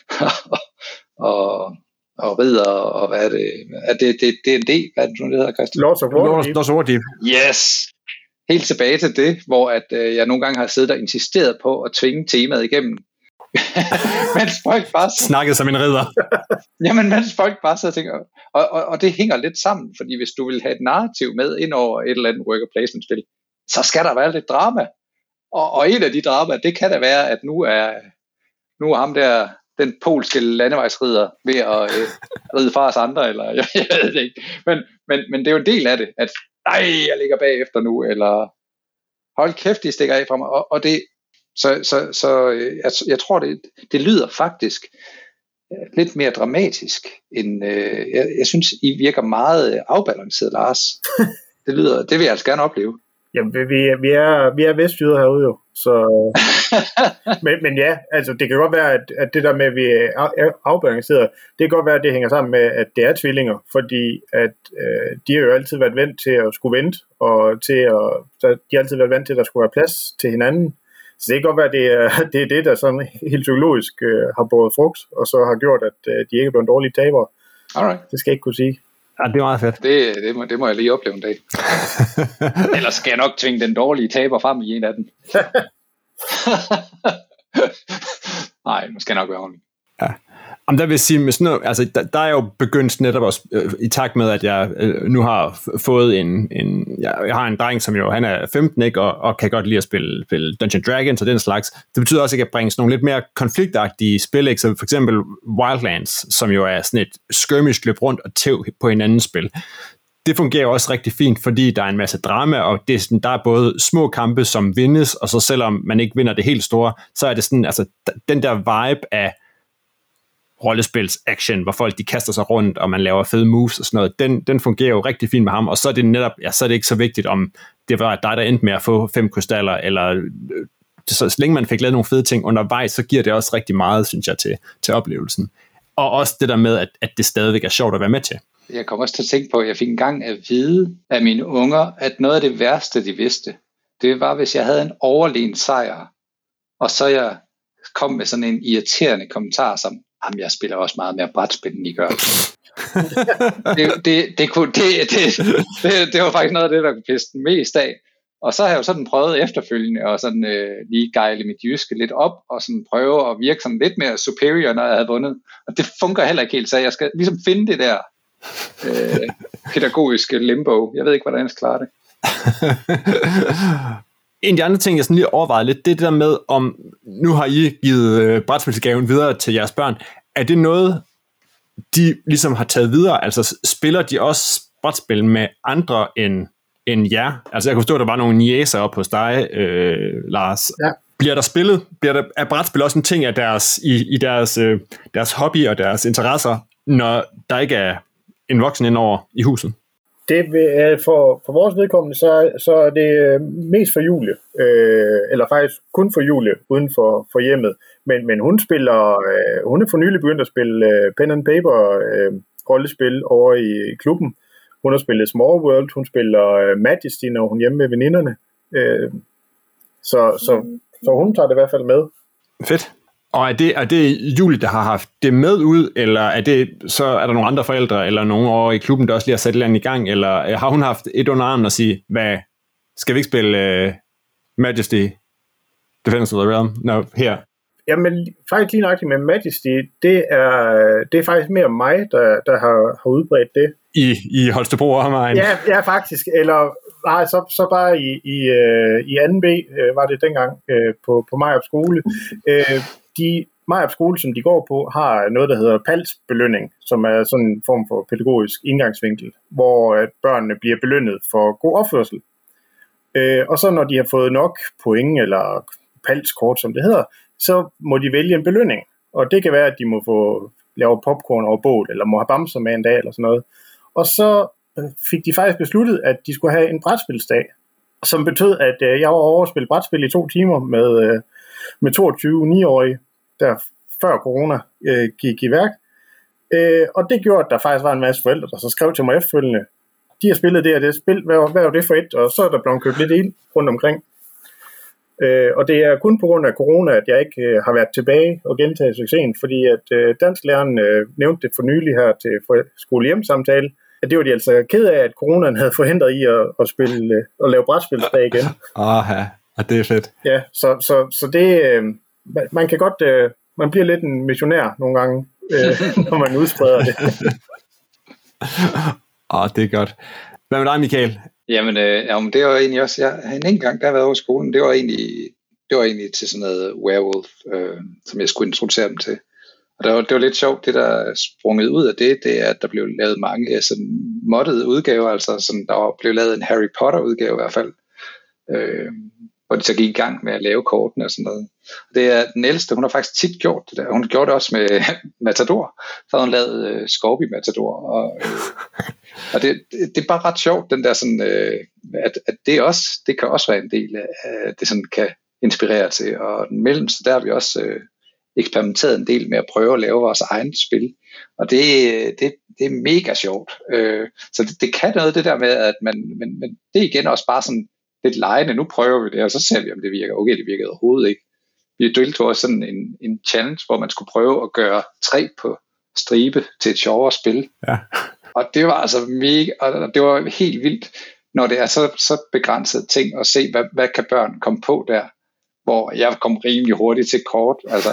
og, og ridder, og hvad er det? Er det, det, det er en del, hvad er det nu, det hedder, Christian? Lords of Waterdeep. Lords of Waterdeep. Yes! Helt tilbage til det, hvor at, øh, jeg nogle gange har siddet og insisteret på at tvinge temaet igennem. mens folk bare... Snakket som en ridder. Jamen, mens folk bare så tænker... Og, og, og det hænger lidt sammen, fordi hvis du vil have et narrativ med ind over et eller andet worker placement-spil, så skal der være lidt drama. Og, og en af de dramaer, det kan da være, at nu er, nu er ham der, den polske landevejsridder ved at øh, ride fra os andre, eller jeg, jeg ved det ikke. Men, men, men det er jo en del af det, at nej, jeg ligger bagefter nu, eller hold kæft, de stikker af fra mig. Og, og det, så, så, så jeg, jeg tror, det, det lyder faktisk lidt mere dramatisk, end øh, jeg, jeg synes, I virker meget afbalanceret, Lars. Det lyder, det vil jeg altså gerne opleve. Jamen, vi, vi, er, vi er vestjyder herude jo, så... men, men ja, altså det kan godt være, at, at det der med, at vi er afbalanceret, det kan godt være, at det hænger sammen med, at det er tvillinger, fordi at øh, de har jo altid været vant til at skulle vente, og til at, så de har altid været vant til, at der skulle være plads til hinanden. Så det kan godt være, at det er det, er det der sådan helt psykologisk øh, har båret frugt, og så har gjort, at øh, de ikke er blevet dårlige tabere. Alright. Det skal jeg ikke kunne sige. Ja, det er meget fedt. Det, det, må, det må jeg lige opleve en dag. Ellers skal jeg nok tvinge den dårlige taber frem i en af dem. Nej, nu skal jeg nok være ordentlig. Ja. Om der vil sige, med sådan noget, altså, der, der er jo begyndt netop også, øh, i takt med, at jeg øh, nu har f- fået en, en jeg, jeg har en dreng, som jo, han er femten, ikke, og, og kan godt lide at spille, spille Dungeons and Dragons og den slags. Det betyder også, at jeg kan bringe sådan nogle lidt mere konfliktagtige spil, ikke, så for eksempel Wildlands, som jo er sådan et skirmish løb rundt og tæv på hinandens spil. Det fungerer jo også rigtig fint, fordi der er en masse drama, og det er sådan, der er både små kampe, som vindes, og så selvom man ikke vinder det helt store, så er det sådan, altså den der vibe af rollespils action, hvor folk de kaster sig rundt, og man laver fede moves og sådan noget, den, den fungerer jo rigtig fint med ham, og så er det netop, ja, så er det ikke så vigtigt, om det var dig, der endte med at få fem krystaller, eller så, så længe man fik lavet nogle fede ting undervejs, så giver det også rigtig meget, synes jeg, til, til oplevelsen. Og også det der med, at, at det stadigvæk er sjovt at være med til. Jeg kommer også til at tænke på, at jeg fik engang at vide af mine unger, at noget af det værste, de vidste, det var, hvis jeg havde en overlegen sejr, og så jeg kom med sådan en irriterende kommentar som, jamen, jeg spiller også meget mere brætspil, end I gør. det, det, det, kunne, det, det, det, det var faktisk noget af det, der kunne pisse den mest af. Og så har jeg jo sådan prøvet efterfølgende at sådan, øh, lige gejle mit jyske lidt op, og sådan prøve at virke sådan lidt mere superior, når jeg havde vundet. Og det fungerer heller ikke helt, så jeg skal ligesom finde det der øh, pædagogiske limbo. Jeg ved ikke, hvordan jeg skal klare det. En af de andre ting, jeg sådan lige overvejede lidt, det er det der med, om nu har I givet øh, brætspilsgaven videre til jeres børn. Er det noget, de ligesom har taget videre? Altså spiller de også brætspil med andre end, end jer? Altså jeg kunne forstå, at der var nogle niæser op hos dig, øh, Lars. Ja. Bliver der spillet? Bliver der, er brætspil også en ting af deres, i, i deres, øh, deres hobby og deres interesser, når der ikke er en voksen indover i huset? Det er for, for vores vedkommende, så, så er det mest for Julie, øh, eller faktisk kun for Julie, uden for, for hjemmet. Men, men hun spiller, øh, hun er for nylig begyndt at spille øh, pen and paper øh, rollespil over i klubben. Hun har spillet Small World, hun spiller øh, Majesty, når hun er hjemme med veninderne. Øh, så, så, så hun tager det i hvert fald med. Fedt. Og er det, er det Julie, der har haft det med ud, eller er det, så er der nogle andre forældre, eller nogen over i klubben, der også lige har sat et eller andet i gang, eller har hun haft et under armen og sige, hvad, skal vi ikke spille uh, Majesty Defenders of the Realm no, her? Jamen, faktisk lige nøjagtigt med Majesty, det er, det er faktisk mere mig, der, der har, har udbredt det. I, i Holstebro og Omegn? Ja, ja, faktisk. Eller nej, så, så bare i, i, uh, i anden B uh, var det dengang uh, på, på Majrup skole. Uh, de Majrup skole, som de går på, har noget, der hedder P A L S-belønning, som er sådan en form for pædagogisk indgangsvinkel, hvor uh, børnene bliver belønnet for god opførsel. Uh, og så når de har fået nok point, eller P A L S-kort, som det hedder, så må de vælge en belønning. Og det kan være, at de må få lave popcorn over bål, eller må have bamser med en dag, eller sådan noget. Og så fik de faktisk besluttet, at de skulle have en brætspilsdag, som betød, at øh, jeg var over at spille brætspil i to timer med, øh, med toogtyve ni-årige, der før corona øh, gik i værk. Øh, og det gjorde, at der faktisk var en masse forældre, der så skrev til mig efterfølgende, de har spillet det og det spil, hvad, hvad var det for et? Og så er der blevet købt lidt ind rundt omkring. Øh, og det er kun på grund af corona, at jeg ikke øh, har været tilbage og gentaget succesen, fordi at øh, dansklæreren øh, nævnte det for nylig her til skole-hjem-samtale, at det var de altså ked af, at coronaen havde forhindret i at, at spille øh, og lave brætspilsdag igen. Aha, og det er fedt. Ja, så, så, så det, øh, man kan godt, øh, man bliver lidt en missionær nogle gange, øh, når man udspreder det. Åh, det er godt. Hvad med dig, Michael? Jamen, øh, jamen, det var egentlig også, jeg, en enkelt gang, der har været over i skolen, det var egentlig, det var egentlig til sådan noget werewolf, øh, som jeg skulle introducere dem til. Og det var, det var lidt sjovt, det der sprunget ud af det, det er, at der blev lavet mange sådan moddede udgaver, altså sådan, der var, blev lavet en Harry Potter udgave i hvert fald, øh, hvor de så gik i gang med at lave kortene og sådan noget. Det er den ældste, hun har faktisk tit gjort det der. Hun gjorde det også med Matador, så havde hun lavet øh, Scorby Matador, og, øh, og det, det, det er bare ret sjovt, den der sådan, øh, at, at det også, det kan også være en del af, det sådan kan inspirere til, og den mellemste, der har vi også øh, eksperimenteret en del med at prøve at lave vores eget spil, og det, det, det er mega sjovt. Øh, så det, det kan noget det der med, at man, men, men det er igen også bare sådan lidt legende, nu prøver vi det, og så ser vi, om det virker. Okay, det virkede overhovedet ikke. Vi deltog også sådan en, en challenge, hvor man skulle prøve at gøre træ på stribe til et sjovere spil. Ja. Og det var altså mega, og det var helt vildt, når det er så, så begrænset ting, at se, hvad, hvad kan børn komme på der, hvor jeg kom rimelig hurtigt til kort, altså,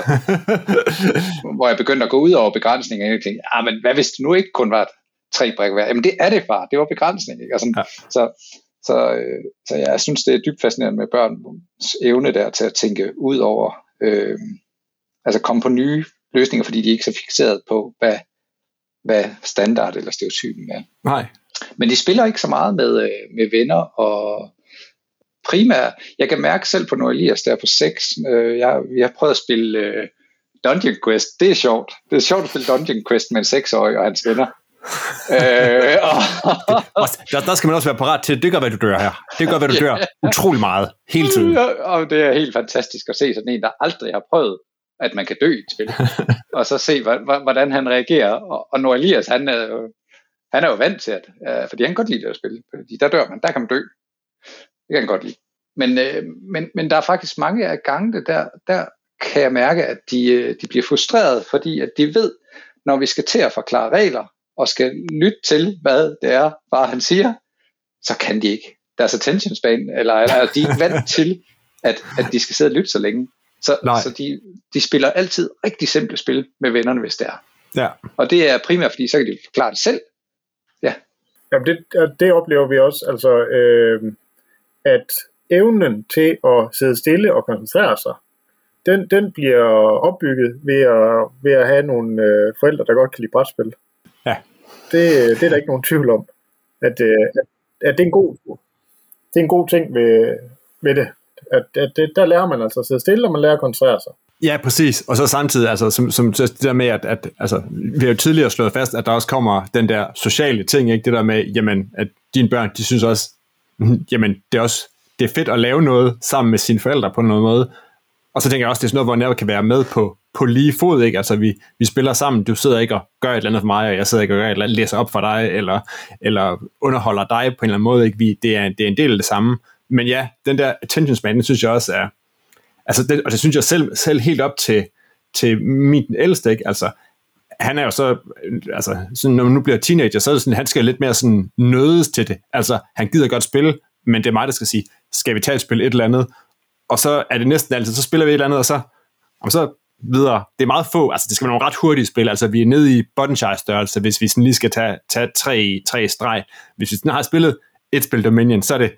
hvor jeg begyndte at gå ud over begrænsninger, og jeg tænkte, ah, men hvad hvis det nu ikke kun var tre brækker hver? Jamen det er det, far, det var begrænsning, ikke? Og sådan, ja. så, så, øh, så jeg synes, det er dybt fascinerende med børns evne der til at tænke ud over, øh, altså komme på nye løsninger, fordi de ikke er så fikseret på, hvad, hvad standard eller stereotypen er. Nej. Men de spiller ikke så meget med, øh, med venner, og primært, jeg kan mærke selv på Noelias der på seks, øh, jeg, jeg har prøvet at spille øh, Dungeon Quest, det er sjovt, det er sjovt at spille Dungeon Quest med en seksårig og hans venner. øh, og der, der skal man også være parat til, det gør hvad du dør her, det gør hvad du dør utrolig meget, hele tiden. Og det er helt fantastisk at se sådan en, der aldrig har prøvet, at man kan dø i et spil, og så se, hvordan han reagerer, og, og Noelias, han er jo, han er jo vant til det, øh, fordi han kan godt lide det at spille, fordi der dør man, der kan man dø. Det kan jeg godt lide. Men, øh, men, men der er faktisk mange af gangene, der, der kan jeg mærke, at de, de bliver frustreret, fordi at de ved, når vi skal til at forklare regler, og skal lytte til, hvad det er, bare han siger, så kan de ikke. Deres attention span, eller, eller de er ikke vant til, at, at de skal sidde og lytte så længe. Så, så de, de spiller altid rigtig simple spil med vennerne, hvis det er. Ja. Og det er primært, fordi så kan de forklare det selv. Ja. Jamen det, det oplever vi også, altså... Øh... at evnen til at sidde stille og koncentrere sig, den, den bliver opbygget ved at, ved at have nogle øh, forældre, der godt kan lide brætspil. Ja. Det, det er der ikke nogen tvivl om. At, øh, at, at det, er en god, det er en god ting ved, ved det. At, at det. Der lærer man altså at sidde stille, og man lærer at koncentrere sig. Ja, præcis. Og så samtidig, altså, som, som det der med, at, at altså, vi har jo tidligere slået fast, at der også kommer den der sociale ting, ikke? Det der med, jamen, at dine børn, de synes også, jamen, det er også det er fedt at lave noget sammen med sine forældre på noget måde. Og så tænker jeg også, det er sådan noget, hvor jeg kan være med på, på lige fod, ikke? Altså, vi, vi spiller sammen, du sidder ikke og gør et eller andet for mig, og jeg sidder ikke og gør et eller andet, læser op for dig, eller, eller underholder dig på en eller anden måde, ikke? Vi, det, er, det er en del af det samme. Men ja, den der attention span, den synes jeg også er, altså det, og det synes jeg selv, selv helt op til, til min ældste, ikke? Altså, han er jo så, altså, sådan, når man nu bliver teenager, så er det sådan, han skal lidt mere sådan nødes til det. Altså, han gider godt spille, men det er mig, der skal sige, skal vi tage et spil et eller andet? Og så er det næsten altid, så spiller vi et eller andet, og så, og så videre. Det er meget få, altså det skal være nogle ret hurtige spil, altså vi er nede i Buttonshire størrelse, hvis vi sådan lige skal tage, tage tre, tre streg. Hvis vi sådan har spillet et spil Dominion, så er det,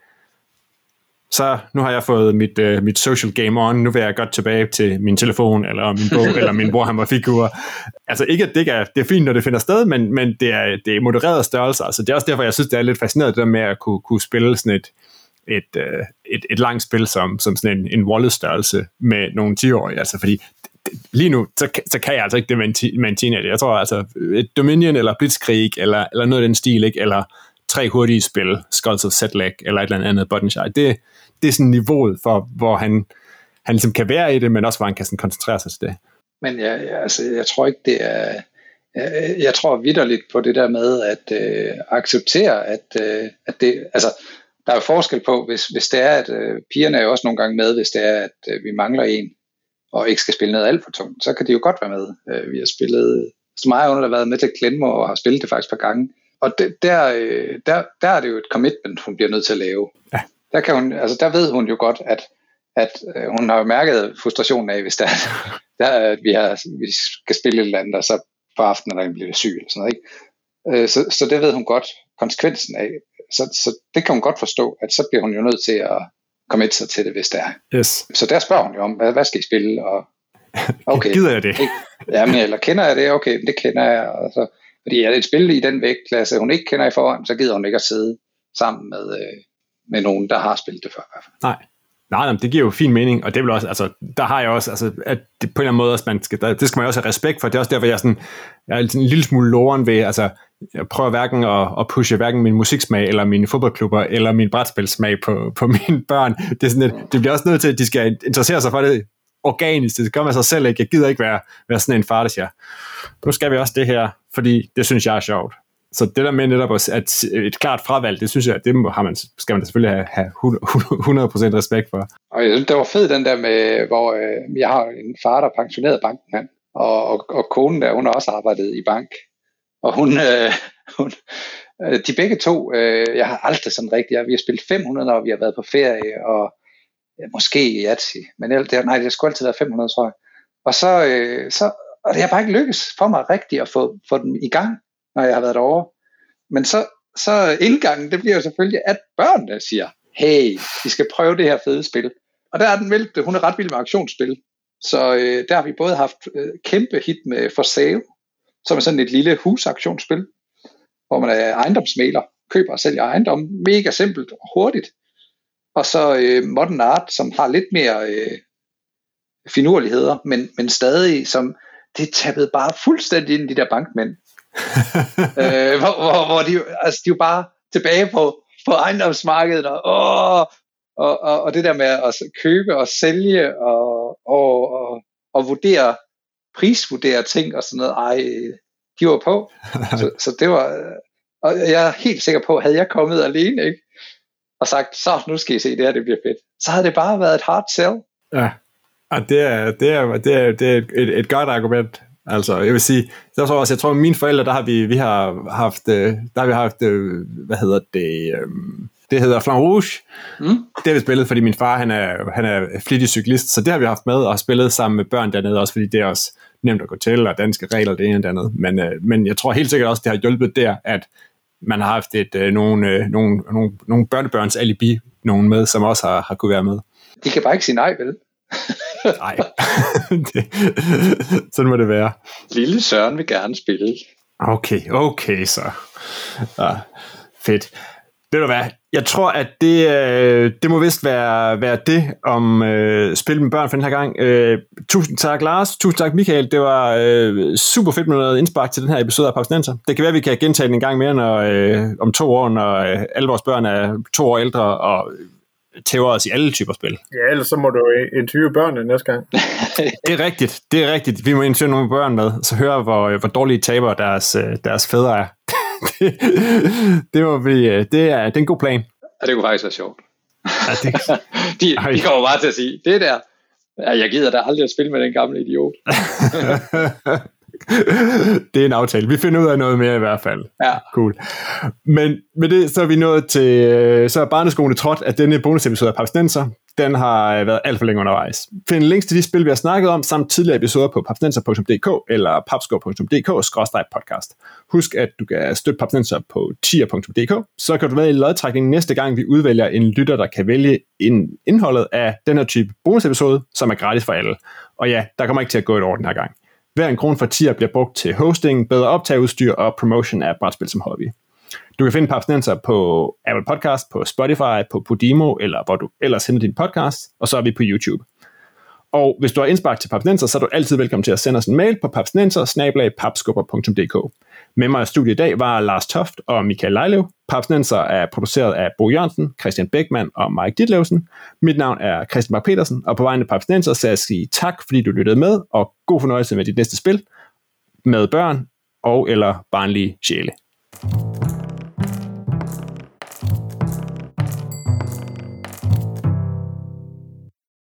så nu har jeg fået mit, uh, mit social game on, nu vil jeg godt tilbage til min telefon, eller min bog, eller min Warhammer-figur. Altså ikke, at det ikke er, det er fint, når det finder sted, men, men det, er, det er modereret størrelse, altså det er også derfor, jeg synes, det er lidt fascinerende, det der med at kunne, kunne spille sådan et, et, uh, et, et langt spil, som, som sådan en, en Wallace-størrelse med nogle ti-årige, altså fordi lige nu, så, så kan jeg altså ikke det med en, med en teenager. Jeg tror altså, et Dominion, eller Blitzkrieg, eller, eller noget af den stil, ikke? Eller tre hurtige spil, Skulls of Setlag, eller et eller andet Buttonshire. Det, det er sådan niveauet for, hvor han, han ligesom kan være i det, men også hvor han kan sådan koncentrere sig til det. Men jeg, jeg, altså, jeg tror ikke, det er... Jeg, jeg tror vitterligt på det der med at øh, acceptere, at, øh, at det... Altså, der er jo forskel på, hvis, hvis det er, at øh, pigerne er jo også nogle gange med, hvis det er, at øh, vi mangler en, og ikke skal spille noget alt for tungt, så kan de jo godt være med. Øh, vi har spillet... Så meget under, der har været med til Glenmore, og har spillet det faktisk et par gange. Og det, der, øh, der, der er det jo et commitment, hun bliver nødt til at lave. Ja. Der, kan hun, altså der ved hun jo godt, at, at øh, hun har jo mærket frustrationen af, hvis der, der at vi, har, vi skal spille et eller andet, og så på aftenen, når bliver syg eller sådan noget. Ikke? Øh, så, så det ved hun godt konsekvensen af. Så, så det kan hun godt forstå, at så bliver hun jo nødt til at committe sig til det, hvis det er. Yes. Så der spørger hun jo om, hvad, hvad skal I spille? Og, okay, gider jeg det? Ikke, jamen, eller kender jeg det? Okay, det kender jeg. Og så, fordi er det et spil i den vægtklasse, hun ikke kender i forhånd, så gider hun ikke at sidde sammen med, øh, med nogen, der har spillet det før. I hvert fald. Nej. Nej, det giver jo fin mening, og det vil også, altså, der har jeg også, altså, at det på en eller anden måde, også, man skal, der, det skal man også have respekt for, det er også derfor, jeg er sådan, jeg er sådan en lille smule loren ved, altså, jeg prøver hverken at, at pushe hverken min musiksmag, eller mine fodboldklubber, eller min brætspilsmag på, på mine børn. Det er sådan, at det bliver også nødt til, at de skal interessere sig for det organisk, det gør man sig selv ikke, jeg gider ikke være, være sådan en far, der siger, nu skal vi også det her, fordi det synes jeg er sjovt. Så det der med netop at et klart fravalg, det synes jeg, det har man, skal man da selvfølgelig have, have hundrede procent respekt for. Og jeg synes, det var fedt den der med, hvor øh, jeg har en far, der er pensioneret bankmand, og, og, og konen der, hun har også arbejdet i bank. Og hun, øh, hun øh, de begge to, øh, jeg har aldrig sådan rigtigt, vi har spillet fem hundrede, når vi har været på ferie, og ja, måske i Yatzy, men det, nej, det har sgu altid været fem hundrede, tror jeg. Og så, øh, så og det har bare ikke lykkes for mig rigtigt at få, få dem i gang, når jeg har været derovre. Men så, så indgangen, det bliver jo selvfølgelig, at børnene siger, hey, vi skal prøve det her fede spil. Og der er den vel, hun er ret vild med aktionsspil. Så øh, der har vi både haft øh, kæmpe hit med For Sale, som er sådan et lille husaktionsspil, hvor man er ejendomsmægler, køber og sælger ejendom, mega simpelt og hurtigt. Og så øh, Modern Art, som har lidt mere øh, finurligheder, men, men stadig som, det tappede bare fuldstændig ind i de der bankmænd. øh, hvor, hvor, hvor de, altså, de er jo bare tilbage på, på ejendomsmarkedet, og, åh, og, og, og det der med at købe og sælge, og, og, og, og vurdere, prisvurdere ting og sådan noget, ej, de var på. så, så det var, og jeg er helt sikker på, havde jeg kommet alene, ikke, og sagt, så nu skal I se, det her, det bliver fedt, så havde det bare været et hard sell. Ja, og det er, det er, det er, det er et, et godt argument. Altså, jeg vil sige, der tror også, jeg tror, at mine forældre, der har vi, vi har haft, der har vi haft, hvad hedder det, det hedder Flamme Rouge. Mm. Det har vi spillet, fordi min far, han er, han er flittig cyklist, så det har vi haft med og har spillet sammen med børn dernede også, fordi det er også nemt at gå til, og danske regler, det ene og det andet. Men, men jeg tror helt sikkert også, det har hjulpet der, at man har haft et, nogle, nogle, nogle, nogle børnebørns alibi, nogen med, som også har, har kunne være med. De kan bare ikke sige nej, vel? Nej, sådan må det være. Lille Søren vil gerne spille. Okay, okay så. Ja, fedt. Ved du hvad, jeg tror, at det, øh, det må vist være, være det om øh, spil med børn for den her gang. Øh, tusind tak, Lars. Tusind tak, Michael. Det var øh, super fedt med noget indspark til den her episode af Pausnenser. Det kan være, at vi kan gentage den en gang mere når, øh, om to år, når øh, alle vores børn er to år ældre og tæver os i alle typer spil. Ja, ellers så må du interviewe børnene næste gang. Det er rigtigt, det er rigtigt. Vi må interviewe nogle børn med, så høre, hvor, hvor dårlige taber deres, deres fædre er. det, det, må blive, det, er, det er en god plan. Ja, det kunne faktisk være sjovt. Ja, det... de, de kommer bare til at sige, det der, Ja, jeg gider da aldrig at spille med den gamle idiot. Det er en aftale. Vi finder ud af noget mere i hvert fald. Ja. Cool. Men med det, så er vi nået til, så er barneskoene trådt, at denne bonusepisode af Papsnenser, den har været alt for længe undervejs. Find links til de spil, vi har snakket om, samt tidligere episoder på papsnenser punktum d k eller papsco punktum d k skråstreg podcast. Husk, at du kan støtte Papsnenser på tier punktum d k, så kan du være i lodtrækningen næste gang, vi udvælger en lytter, der kan vælge en indholdet af den her type bonusepisode, som er gratis for alle. Og ja, der kommer ikke til at gå et år den her gang. Hver en krone for tier bliver brugt til hosting, bedre optageudstyr og promotion af brætspil som hobby. Du kan finde Papsnenser på Apple Podcast, på Spotify, på Podimo, eller hvor du ellers henter din podcast, og så er vi på YouTube. Og hvis du har indspark til Papsnenser, så er du altid velkommen til at sende os en mail på papsnenser bindestreg papskubber punktum d k. Med mig i studiet i dag var Lars Toft og Michael Lejlev. Papsnenser er produceret af Bo Jørgensen, Christian Beckmann og Mike Ditlevsen. Mit navn er Christian Bak Petersen, og på vegne af Papsnenser så jeg sige tak, fordi du lyttede med, og god fornøjelse med dit næste spil med børn og eller barnlige sjæle.